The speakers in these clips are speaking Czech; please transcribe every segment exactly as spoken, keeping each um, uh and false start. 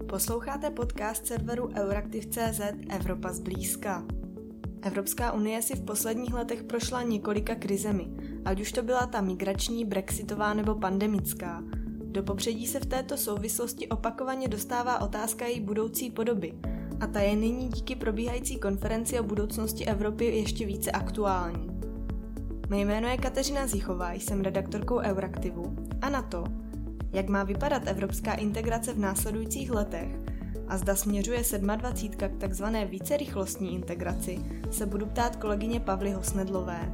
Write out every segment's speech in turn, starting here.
Posloucháte podcast serveru Euraktiv tečka cé zet Evropa zblízka. Evropská unie si v posledních letech prošla několika krizemi, ať už to byla ta migrační, brexitová nebo pandemická. Do popředí se v této souvislosti opakovaně dostává otázka její budoucí podoby a ta je nyní díky probíhající konferenci o budoucnosti Evropy ještě více aktuální. Mé jméno je Kateřina Zichová, jsem redaktorkou Euraktivu a na to, jak má vypadat evropská integrace v následujících letech a zda směřuje dvacítka sedm k takzvané vícerychlostní integraci, se budu ptát kolegyně Pavly Hosnedlové.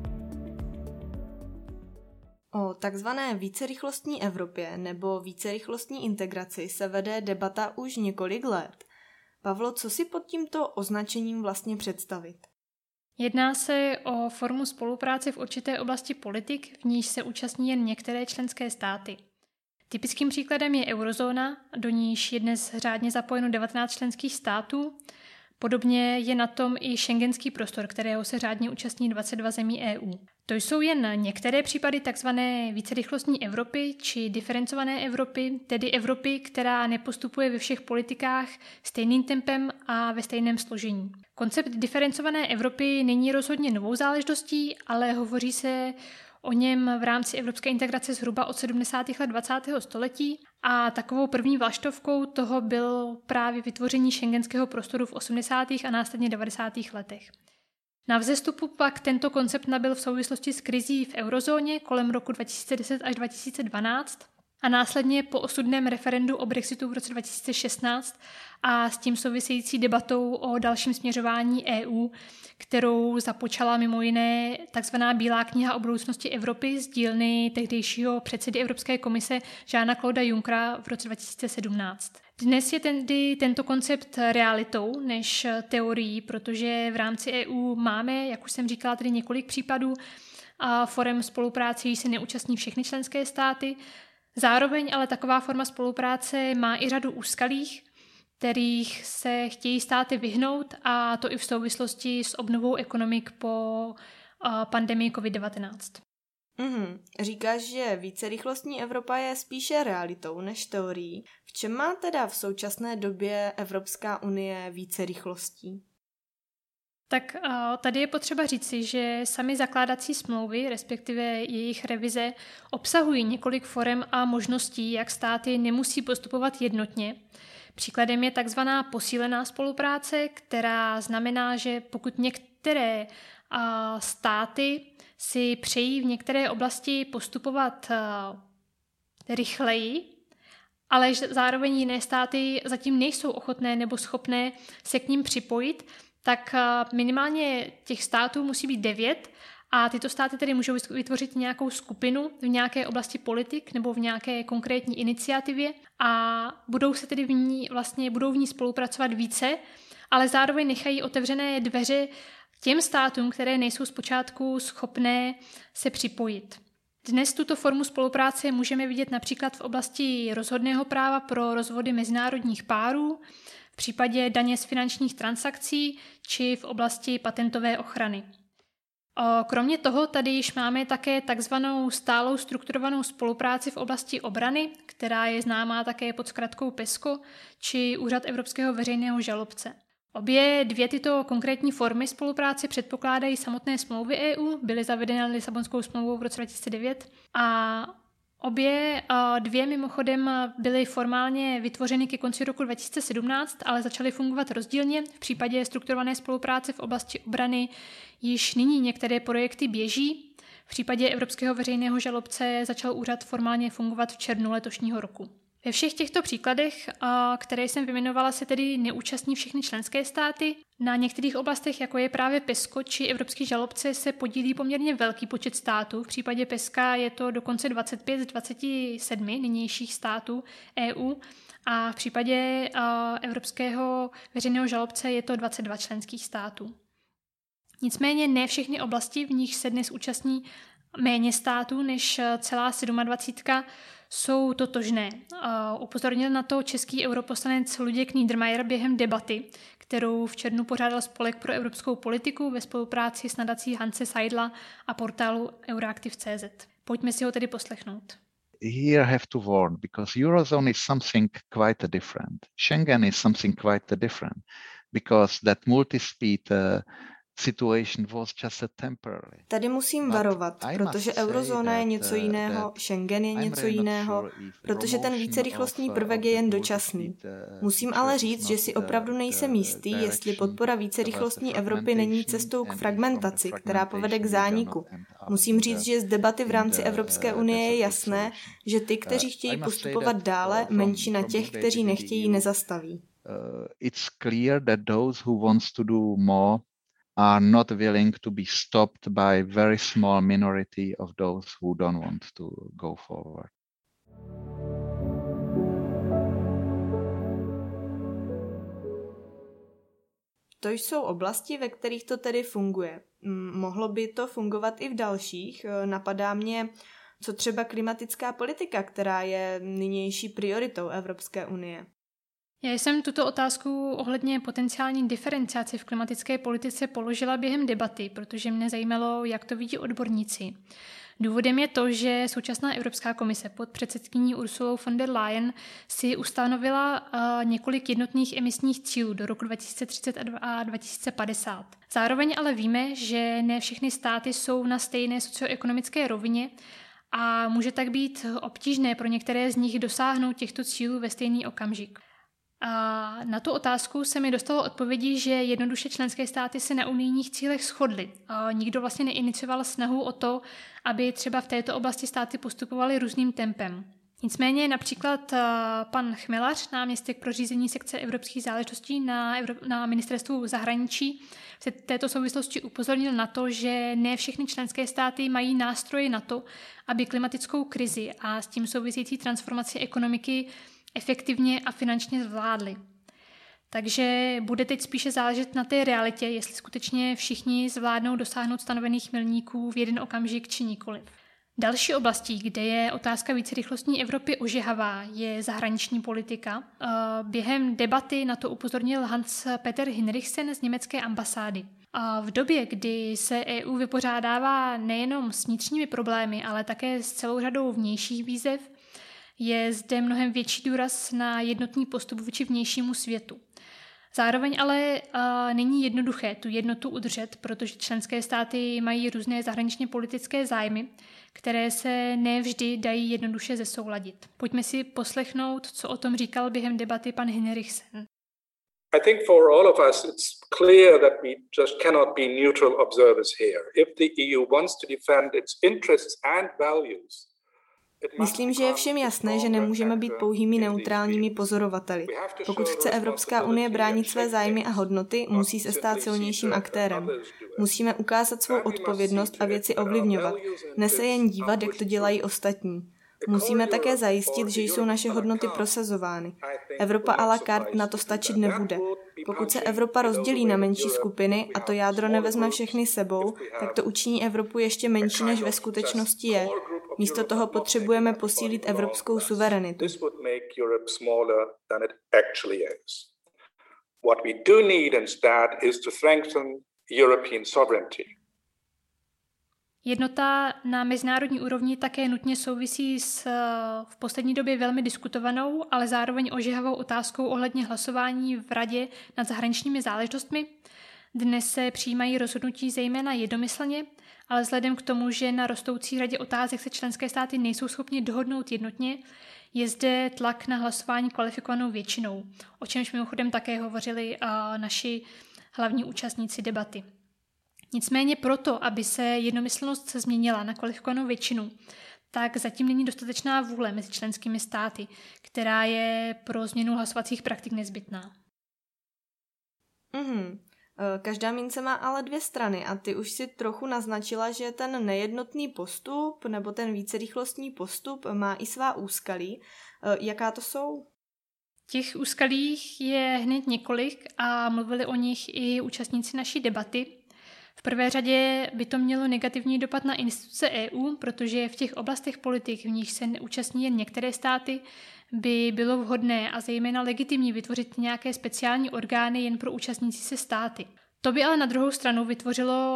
O takzvané vícerychlostní Evropě nebo vícerychlostní integraci se vede debata už několik let. Pavlo, co si pod tímto označením vlastně představit? Jedná se o formu spolupráce v určité oblasti politik, v níž se účastní jen některé členské státy. Typickým příkladem je eurozóna, do níž je dnes řádně zapojeno devatenáct členských států. Podobně je na tom i schengenský prostor, kterého se řádně účastní dvacet dva zemí E U. To jsou jen některé případy tzv. Vícerychlostní Evropy či diferencované Evropy, tedy Evropy, která nepostupuje ve všech politikách stejným tempem a ve stejném složení. Koncept diferencované Evropy není rozhodně novou záležitostí, ale hovoří se o něm v rámci evropské integrace zhruba od sedmdesátých let dvacátého století a takovou první vlaštovkou toho byl právě vytvoření schengenského prostoru v osmdesátých a následně devadesátých letech. Na vzestupu pak tento koncept nabyl v souvislosti s krizí v eurozóně kolem roku dva tisíce deset až dva tisíce dvanáct a následně po osudném referendu o Brexitu v roce dva tisíce šestnáct a s tím související debatou o dalším směřování E U, kterou započala mimo jiné takzvaná Bílá kniha o budoucnosti Evropy z dílny tehdejšího předsedy Evropské komise Jeana Clauda Junckera v roce dva tisíce sedmnáct. Dnes je tedy tento koncept realitou než teorií, protože v rámci E U máme, jak už jsem říkala, tedy několik případů a forem spolupráce, jí se neúčastní všechny členské státy. Zároveň ale taková forma spolupráce má i řadu úskalých, kterých se chtějí státy vyhnout, a to i v souvislosti s obnovou ekonomik po pandemii covid devatenáct. Mm-hmm. Říkáš, že vícerychlostní Evropa je spíše realitou než teorií. V čem má teda v současné době Evropská unie více rychlostí? Tak tady je potřeba říci, že sami zakládací smlouvy, respektive jejich revize, obsahují několik forem a možností, jak státy nemusí postupovat jednotně. Příkladem je takzvaná posílená spolupráce, která znamená, že pokud některé státy si přejí v některé oblasti postupovat rychleji, ale zároveň jiné státy zatím nejsou ochotné nebo schopné se k ním připojit, tak minimálně těch států musí být devět a tyto státy tedy můžou vytvořit nějakou skupinu v nějaké oblasti politik nebo v nějaké konkrétní iniciativě a budou se tedy v ní vlastně budou v ní spolupracovat více, ale zároveň nechají otevřené dveře těm státům, které nejsou zpočátku schopné se připojit. Dnes tuto formu spolupráce můžeme vidět například v oblasti rozhodného práva pro rozvody mezinárodních párů, v případě daně z finančních transakcí či v oblasti patentové ochrany. Kromě toho tady již máme také takzvanou stálou strukturovanou spolupráci v oblasti obrany, která je známá také pod zkratkou PESCO, či Úřad Evropského veřejného žalobce. Obě dvě tyto konkrétní formy spolupráce předpokládají samotné smlouvy E U, byly zavedeny Lisabonskou smlouvou v roce dva tisíce devět a obě dvě mimochodem byly formálně vytvořeny ke konci roku dva tisíce sedmnáct, ale začaly fungovat rozdílně. V případě strukturované spolupráce v oblasti obrany již nyní některé projekty běží. V případě Evropského veřejného žalobce začal úřad formálně fungovat v červnu letošního roku. Ve všech těchto příkladech, které jsem vyjmenovala, se tedy neúčastní všechny členské státy. Na některých oblastech, jako je právě PESCO či Evropský žalobce, se podílí poměrně velký počet států. V případě PESCA je to dokonce dvacet pět z dvaceti sedmi nynějších států E U a v případě Evropského veřejného žalobce je to dvacet dva členských států. Nicméně ne všechny oblasti, v nich se dnes účastní méně států než celá sedmadvacítka, jsou totožné. Upozornil na to český europoslanec Luděk Niedermayer během debaty, kterou v červnu pořádal Spolek pro evropskou politiku ve spolupráci s nadací Hanse Seidla a portálu Euraktiv tečka cé zet. Pojďme si ho tedy poslechnout. here I have to warn, because Eurozone is something quite different. Schengen is something quite different, because that multi-speed uh, situation was just a temporary. Tady musím varovat, protože eurozóna je něco jiného, Schengen je něco jiného, protože ten vícerychlostní prvek je jen dočasný. Musím ale říct, že si opravdu nejsem jistý, jestli podpora vícerychlostní Evropy není cestou k fragmentaci, která povede k zániku. Musím říct, že z debaty v rámci Evropské unie je jasné, že ty, kteří chtějí postupovat dále, menšina těch, kteří nechtějí, nezastaví. It's clear that those who wants to do more are not willing to be stopped by very small minority of those who don't want to go forward. To jsou oblasti, ve kterých to tedy funguje. Mohlo by to fungovat i v dalších. Napadá mě, co třeba klimatická politika, která je nynější prioritou Evropské unie. Já jsem tuto otázku ohledně potenciální diferenciace v klimatické politice položila během debaty, protože mě zajímalo, jak to vidí odborníci. Důvodem je to, že současná Evropská komise pod předsedkyní Ursulou von der Leyen si ustanovila uh, několik jednotných emisních cílů do roku dva tisíce třicet a dva tisíce padesát. Zároveň ale víme, že ne všechny státy jsou na stejné socioekonomické rovině a může tak být obtížné pro některé z nich dosáhnout těchto cílů ve stejný okamžik. A na tu otázku se mi dostalo odpovědi, že jednoduše členské státy se na unijních cílech shodly. A nikdo vlastně neinicioval snahu o to, aby třeba v této oblasti státy postupovaly různým tempem. Nicméně například pan Chmelař, náměstek pro řízení sekce evropských záležitostí na, Evro- na ministerstvu zahraničí, v této souvislosti upozornil na to, že ne všechny členské státy mají nástroje na to, aby klimatickou krizi a s tím související transformaci ekonomiky efektivně a finančně zvládli. Takže bude teď spíše záležet na té realitě, jestli skutečně všichni zvládnou dosáhnout stanovených milníků v jeden okamžik či nikoliv. Další oblastí, kde je otázka vícerychlostní Evropy ožehavá, je zahraniční politika. Během debaty na to upozornil Hans-Peter Hinrichsen z německé ambasády. V době, kdy se E U vypořádává nejenom s vnitřními problémy, ale také s celou řadou vnějších výzev, je zde mnohem větší důraz na jednotný postup vůči vnějšímu světu. Zároveň ale uh, není jednoduché tu jednotu udržet, protože členské státy mají různé zahraničně politické zájmy, které se nevždy dají jednoduše zesouladit. Pojďme si poslechnout, co o tom říkal během debaty pan Hinrichsen. I think for all of us it's clear that we just cannot be neutral observers here. If the E U wants to defend its interests and values, myslím, že je všem jasné, že nemůžeme být pouhými neutrálními pozorovateli. Pokud chce Evropská unie bránit své zájmy a hodnoty, musí se stát silnějším aktérem. Musíme ukázat svou odpovědnost a věci ovlivňovat. Ne se jen dívat, jak to dělají ostatní. Musíme také zajistit, že jsou naše hodnoty prosazovány. Evropa à la carte na to stačit nebude. Pokud se Evropa rozdělí na menší skupiny a to jádro nevezme všechny sebou, tak to učiní Evropu ještě menší, než ve skutečnosti je. Místo toho potřebujeme posílit evropskou suverenitu. What we do need instead is to strengthen European sovereignty. Jednota na mezinárodní úrovni také nutně souvisí s v poslední době velmi diskutovanou, ale zároveň ožehavou otázkou ohledně hlasování v Radě nad zahraničními záležitostmi. Dnes se přijímají rozhodnutí zejména jednomyslně, ale vzhledem k tomu, že na rostoucí řadě otázek se členské státy nejsou schopni dohodnout jednotně, je zde tlak na hlasování kvalifikovanou většinou, o čemž mimochodem také hovořili naši hlavní účastníci debaty. Nicméně proto, aby se jednomyslnost změnila na kvalifikovanou většinu, tak zatím není dostatečná vůle mezi členskými státy, která je pro změnu hlasovacích praktik nezbytná. Mm-hmm. Každá mince má ale dvě strany a ty už si trochu naznačila, že ten nejednotný postup nebo ten vícerychlostní postup má i svá úskalí. Jaká to jsou? Těch úskalích je hned několik a mluvili o nich i účastníci naší debaty. V prvé řadě by to mělo negativní dopad na instituce E U, protože v těch oblastech politik, v níž se neúčastní jen některé státy, by bylo vhodné a zejména legitimní vytvořit nějaké speciální orgány jen pro účastnící se státy. To by ale na druhou stranu vytvořilo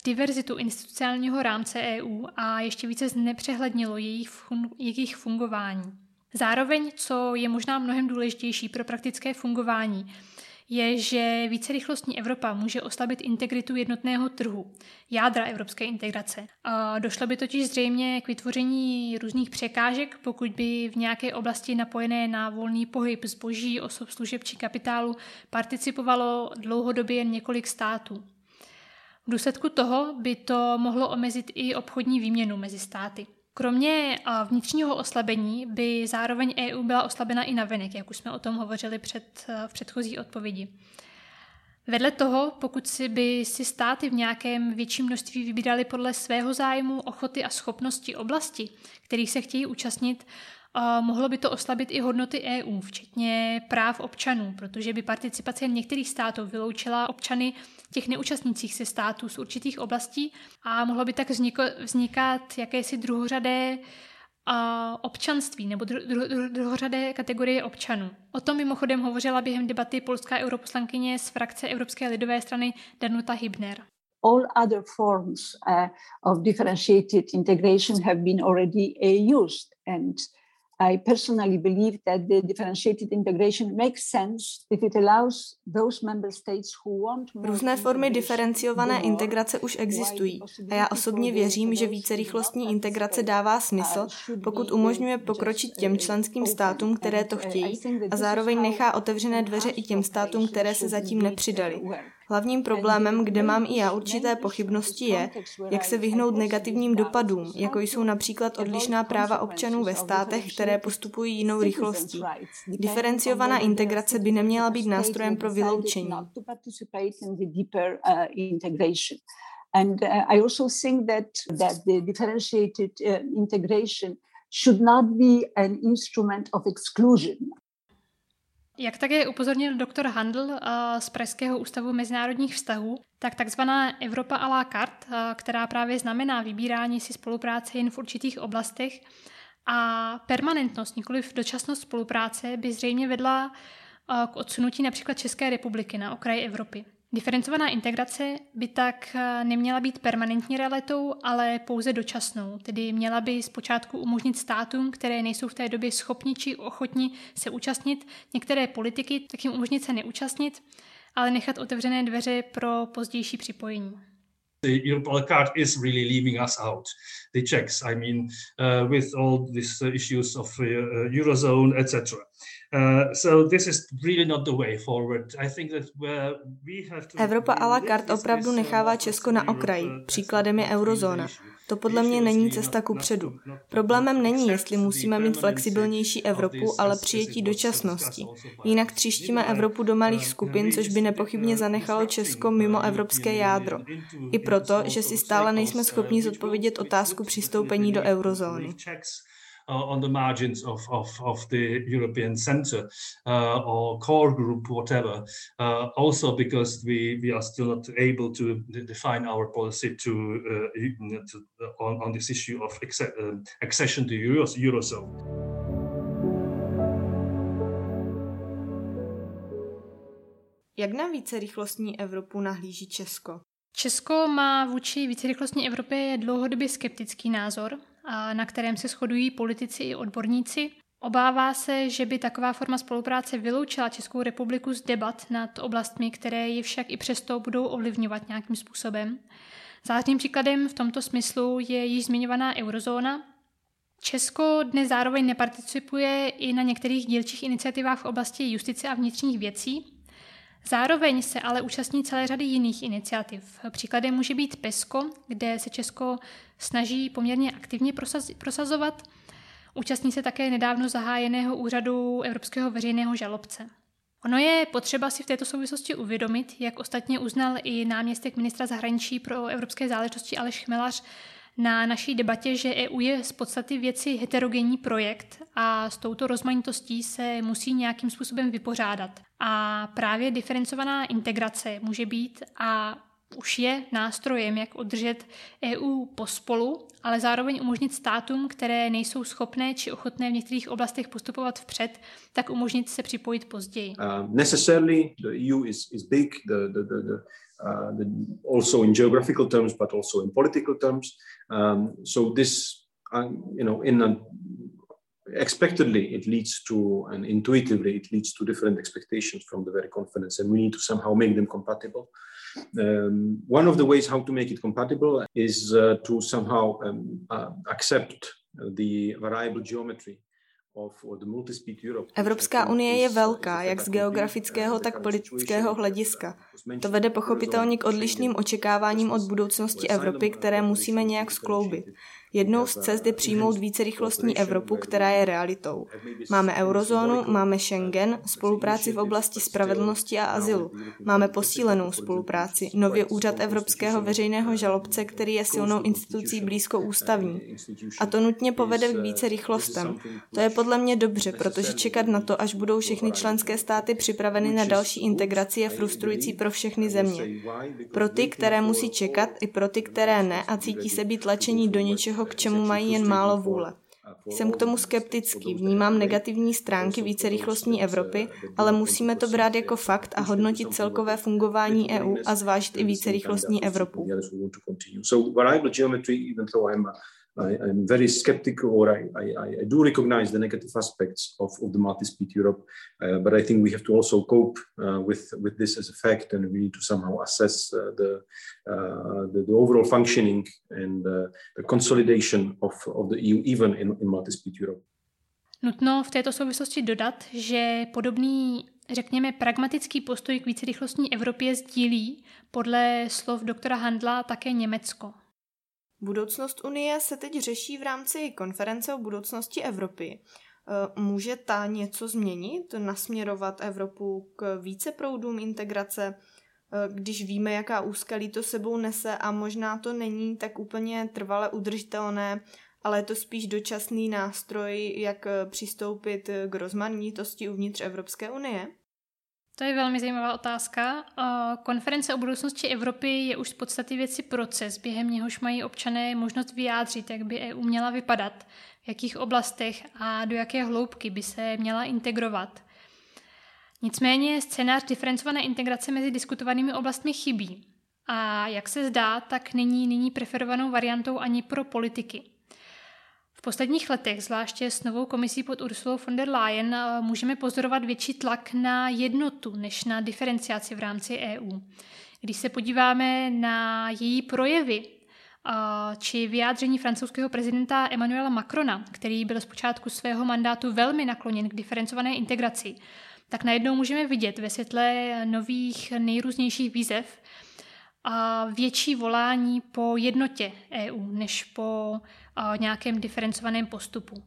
diverzitu institucionálního rámce E U a ještě více znepřehlednilo jejich, fun- jejich fungování. Zároveň, co je možná mnohem důležitější pro praktické fungování, je, že vícerychlostní Evropa může oslabit integritu jednotného trhu, jádra evropské integrace. A došlo by totiž zřejmě k vytvoření různých překážek, pokud by v nějaké oblasti napojené na volný pohyb zboží, osob, služeb či kapitálu participovalo dlouhodobě jen několik států. V důsledku toho by to mohlo omezit i obchodní výměnu mezi státy. Kromě vnitřního oslabení by zároveň E U byla oslabena i navenek, jak už jsme o tom hovořili před, v předchozí odpovědi. Vedle toho, pokud si by si státy v nějakém větším množství vybírali podle svého zájmu, ochoty a schopnosti oblasti, kterých se chtějí účastnit, mohlo by to oslabit i hodnoty E U, včetně práv občanů, protože by participace některých států vyloučila občany těch neúčastnících se států z určitých oblastí a mohlo by tak vzniko, vznikat jakési druhořadé a občanství nebo dru, dru, druhořadé kategorie občanů. O tom mimochodem hovořila během debaty polská europoslankyně z frakce Evropské lidové strany Danuta Hübner. All other forms uh, of differentiated integration have been already uh, used, and I personally believe that the differentiated integration makes sense if it allows those member states who want more. Různé formy diferenciované integrace už existují a já osobně věřím, že vícerychlostní integrace dává smysl, pokud umožňuje pokročit těm členským státům, které to chtějí, a zároveň nechá otevřené dveře i těm státům, které se zatím nepřidali. Hlavním problémem, kde mám i já určité pochybnosti, je, jak se vyhnout negativním dopadům, jako jsou například odlišná práva občanů ve státech, které postupují jinou rychlostí. Diferenciovaná integrace by neměla být nástrojem pro vyloučení. And uh, I also think that that the differentiated uh, integration should not be an instrument of exclusion. Jak také upozornil doktor Handl z Pražského ústavu mezinárodních vztahů, tak takzvaná Evropa à la carte, která právě znamená vybírání si spolupráce jen v určitých oblastech a permanentnost, nikoliv dočasnost spolupráce, by zřejmě vedla k odsunutí například České republiky na okraji Evropy. Diferencovaná integrace by tak neměla být permanentní realitou, ale pouze dočasnou, tedy měla by zpočátku umožnit státům, které nejsou v té době schopni či ochotni se účastnit některé politiky, tak jim umožnit se neúčastnit, ale nechat otevřené dveře pro pozdější připojení. The Europe à la carte is really leaving us out, the Czechs, I mean, uh, with all these uh, issues of uh, Eurozone, et cetera. Uh, so this is really not the way forward. I think that we have to... Evropa à la carte opravdu nechává Česko na okraji. Příkladem je eurozóna. To podle mě není cesta kupředu. Problémem není, jestli musíme mít flexibilnější Evropu, ale přijetí dočasnosti. Jinak tříštíme Evropu do malých skupin, což by nepochybně zanechalo Česko mimo evropské jádro. I proto, že si stále nejsme schopni zodpovědět otázku přistoupení do eurozóny. On the margins of, of, of the European center uh, or core group, whatever. Uh, also because we, we are still not able to define our policy to, uh, to on, on this issue of acce- uh, accession to Euro, Eurozone. Jak na vícerychlostní Evropu nahlíží Česko? Česko má vůči vícerychlostní Evropě dlouhodobě skeptický názor, na kterém se shodují politici i odborníci. Obává se, že by taková forma spolupráce vyloučila Českou republiku z debat nad oblastmi, které ji však i přesto budou ovlivňovat nějakým způsobem. Zářným příkladem v tomto smyslu je již zmiňovaná eurozóna. Česko dnes zároveň neparticipuje i na některých dílčích iniciativách v oblasti justice a vnitřních věcí. Zároveň se ale účastní celé řady jiných iniciativ. Příkladem může být PESCO, kde se Česko snaží poměrně aktivně prosazovat. Účastní se také nedávno zahájeného úřadu Evropského veřejného žalobce. Ono je potřeba si v této souvislosti uvědomit, jak ostatně uznal i náměstek ministra zahraničí pro evropské záležitosti Aleš Chmelař na naší debatě, že E U je z podstaty věci heterogenní projekt a s touto rozmanitostí se musí nějakým způsobem vypořádat. A právě diferencovaná integrace může být a už je nástrojem, jak udržet E U pospolu, ale zároveň umožnit státům, které nejsou schopné či ochotné v některých oblastech postupovat vpřed, tak umožnit se připojit později. Uh, necessarily the E U is, is big, the, the, the, the, uh, the, also in geographical terms, but also in political terms. Um, so this, uh, you know, in a expectedly it leads to, and intuitively it leads to different expectations from the very conference, and we need to somehow make them compatible. Um, one of the ways how to make it compatible is uh, to somehow um, uh, accept the variable geometry. Evropská unie je velká, jak z geografického, tak politického hlediska. To vede pochopitelně k odlišným očekáváním od budoucnosti Evropy, které musíme nějak skloubit. Jednou z cest je přijmout vícerychlostní Evropu, která je realitou. Máme eurozónu, máme Schengen, spolupráci v oblasti spravedlnosti a azylu. Máme posílenou spolupráci, nově úřad Evropského veřejného žalobce, který je silnou institucí blízko ústavní. A to nutně povede k více rychlostem. To je podle mě dobře, protože čekat na to, až budou všechny členské státy připraveny na další integraci, je frustrující pro všechny země. Pro ty, které musí čekat, i pro ty, které ne a cítí se být tlačení do něčeho, k čemu mají jen málo vůle. Jsem k tomu skeptický, vnímám negativní stránky vícerychlostní Evropy, ale musíme to brát jako fakt a hodnotit celkové fungování E U a zvážit i vícerychlostní Evropu. I, I'm very skeptical, or I, I, I do recognize the negative aspects of, of the multi-speed Europe, uh, but I think we have to also cope uh, with, with this as a fact, and we need to somehow assess uh, the, uh, the the overall functioning and uh, the consolidation of, of the E U, even in, in multi-speed Europe. Nutno v této souvislosti dodat, že podobný, řekněme, pragmatický postoj k vícerychlostní Evropě sdílí podle slov doktora Handla také Německo. Budoucnost Unie se teď řeší v rámci konference o budoucnosti Evropy. Může ta něco změnit, nasměrovat Evropu k více proudům integrace, když víme, jaká úskalí to sebou nese a možná to není tak úplně trvale udržitelné, ale je to spíš dočasný nástroj, jak přistoupit k rozmanitosti uvnitř Evropské unie? To je velmi zajímavá otázka. Konference o budoucnosti Evropy je už z podstaty věci proces, během něhož mají občané možnost vyjádřit, jak by E U měla vypadat, v jakých oblastech a do jaké hloubky by se měla integrovat. Nicméně scénář diferencované integrace mezi diskutovanými oblastmi chybí. A jak se zdá, tak není nyní preferovanou variantou ani pro politiky. V posledních letech, zvláště s novou komisí pod Ursulou von der Leyen, můžeme pozorovat větší tlak na jednotu než na diferenciaci v rámci E U. Když se podíváme na její projevy či vyjádření francouzského prezidenta Emmanuela Macrona, který byl zpočátku svého mandátu velmi nakloněn k diferencované integraci, tak najednou můžeme vidět ve světle nových nejrůznějších výzev a větší volání po jednotě E U než po a, nějakém diferencovaném postupu.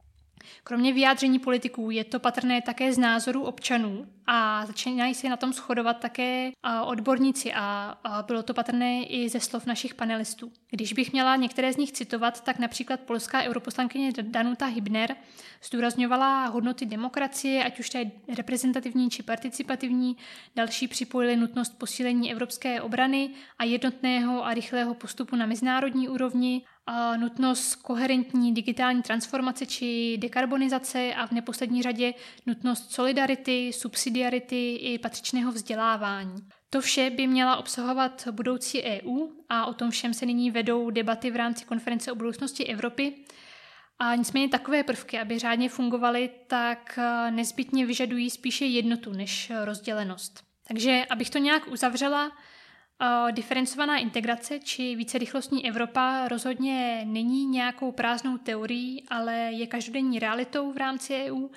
Kromě vyjádření politiků je to patrné také z názorů občanů a začínají se na tom shodovat také a, odborníci a, a bylo to patrné i ze slov našich panelistů. Když bych měla některé z nich citovat, tak například polská europoslankyně Danuta Hübner zdůrazňovala hodnoty demokracie, ať už to je reprezentativní či participativní, další připojili nutnost posílení evropské obrany a jednotného a rychlého postupu na mezinárodní úrovni, a nutnost koherentní digitální transformace či dekarbonizace a v neposlední řadě nutnost solidarity, subsidiarity i patřičného vzdělávání. To vše by měla obsahovat budoucí E U a o tom všem se nyní vedou debaty v rámci konference o budoucnosti Evropy. A nicméně takové prvky, aby řádně fungovaly, tak nezbytně vyžadují spíše jednotu než rozdělenost. Takže abych to nějak uzavřela, diferencovaná integrace či vícerychlostní Evropa rozhodně není nějakou prázdnou teorií, ale je každodenní realitou v rámci E U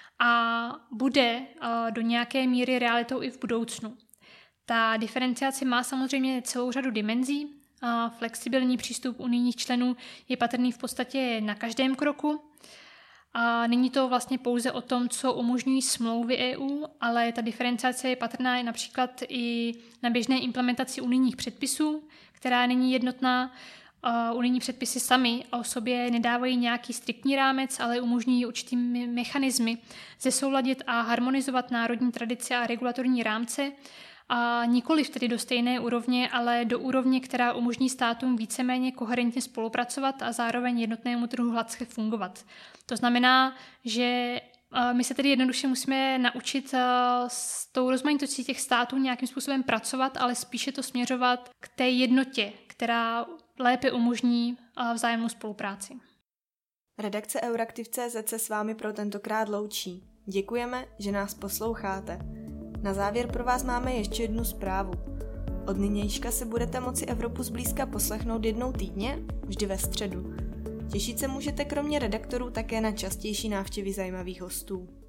a bude do nějaké míry realitou i v budoucnu. Ta diferenciace má samozřejmě celou řadu dimenzí. Flexibilní přístup unijních členů je patrný v podstatě na každém kroku. A není to vlastně pouze o tom, co umožňují smlouvy E U, ale ta diferenciace je patrná například i na běžné implementaci unijních předpisů, která není jednotná. Unijní předpisy sami o sobě nedávají nějaký striktní rámec, ale umožňují určitými mechanismy zesouladit a harmonizovat národní tradice a regulatorní rámce a nikoliv tedy do stejné úrovně, ale do úrovně, která umožní státům víceméně koherentně spolupracovat a zároveň jednotnému trhu hladce fungovat. To znamená, že my se tedy jednoduše musíme naučit s tou rozmanitostí těch států nějakým způsobem pracovat, ale spíše to směřovat k té jednotě, která lépe umožní vzájemnou spolupráci. Redakce Euraktiv tečka cé zet se s vámi pro tentokrát loučí. Děkujeme, že nás posloucháte. Na závěr pro vás máme ještě jednu zprávu. Od nynějška se budete moci Evropu zblízka poslechnout jednou týdně, vždy ve středu. Těšit se můžete kromě redaktorů také na častější návštěvy zajímavých hostů.